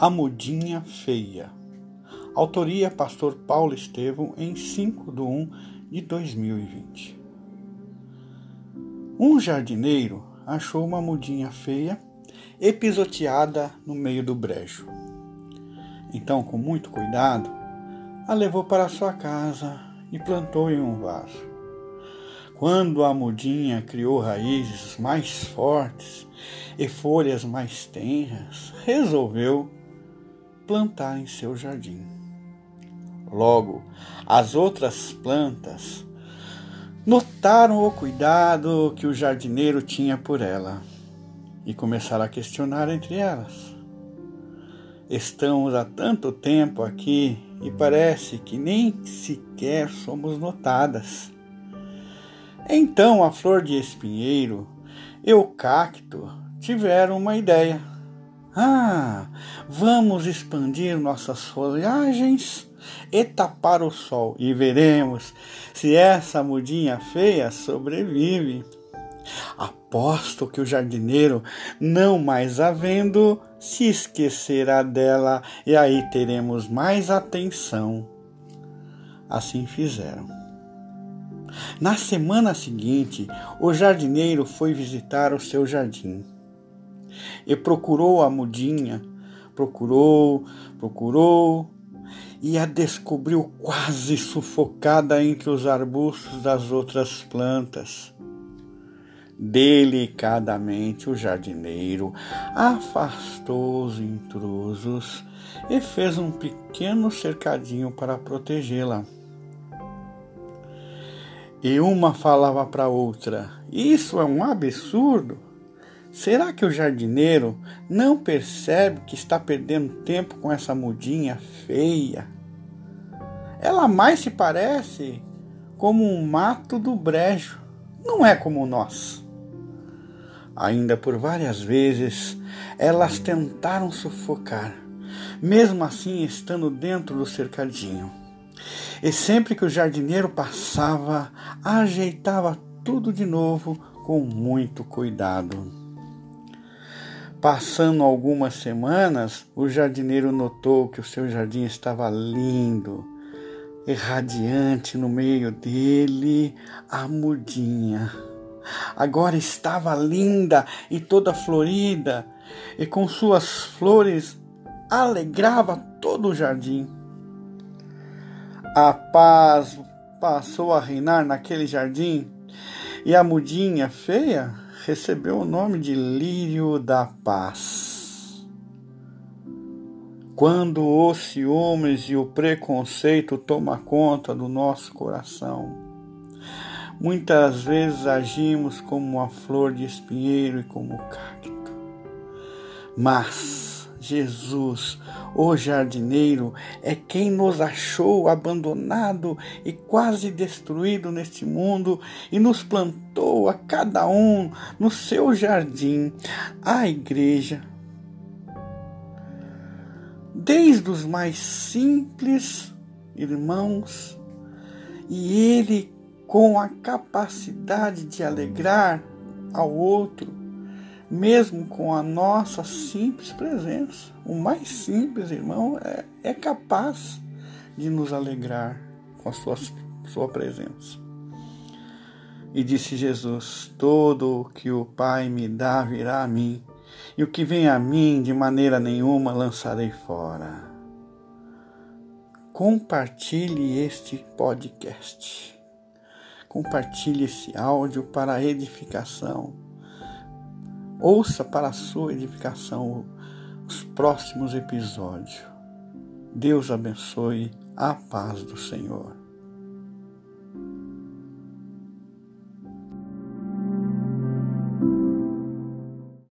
A Mudinha Feia. Autoria Pastor Paulo Estevão, em 5/1/2020. Um jardineiro achou uma mudinha feia episoteada no meio do brejo. Então, com muito cuidado, a levou para sua casa e plantou em um vaso. Quando a mudinha criou raízes mais fortes e folhas mais tenras, resolveu plantar em seu jardim. Logo, as outras plantas notaram o cuidado que o jardineiro tinha por ela e começaram a questionar entre elas: estamos há tanto tempo aqui e parece que nem sequer somos notadas. Então a flor de espinheiro e o cacto tiveram uma ideia. Vamos expandir nossas folhagens e tapar o sol e veremos se essa mudinha feia sobrevive. Aposto que o jardineiro, não mais a vendo, se esquecerá dela e aí teremos mais atenção. Assim fizeram. Na semana seguinte, o jardineiro foi visitar o seu jardim e procurou a mudinha, procurou e a descobriu quase sufocada entre os arbustos das outras plantas. Delicadamente o jardineiro afastou os intrusos e fez um pequeno cercadinho para protegê-la. E uma falava para a outra: isso é um absurdo! Será que o jardineiro não percebe que está perdendo tempo com essa mudinha feia? Ela mais se parece como um mato do brejo, não é como nós. Ainda por várias vezes elas tentaram sufocar, mesmo assim estando dentro do cercadinho. E sempre que o jardineiro passava, ajeitava tudo de novo com muito cuidado. Passando algumas semanas, o jardineiro notou que o seu jardim estava lindo e radiante. No meio dele, a mudinha agora estava linda e toda florida, e com suas flores alegrava todo o jardim. A paz passou a reinar naquele jardim e a mudinha feia recebeu o nome de Lírio da Paz. Quando os ciúmes e o preconceito tomam conta do nosso coração, muitas vezes agimos como uma flor de espinheiro e como um cacto. Mas Jesus, o jardineiro, é quem nos achou abandonado e quase destruído neste mundo e nos plantou a cada um no seu jardim, a igreja. Desde os mais simples irmãos, e ele com a capacidade de alegrar ao outro, mesmo com a nossa simples presença. O mais simples irmão é capaz de nos alegrar com a sua presença. E disse Jesus: todo o que o Pai me dá virá a mim, e o que vem a mim de maneira nenhuma lançarei fora. Compartilhe este podcast. Compartilhe esse áudio para a edificação. Ouça para a sua edificação os próximos episódios. Deus abençoe. A paz do Senhor.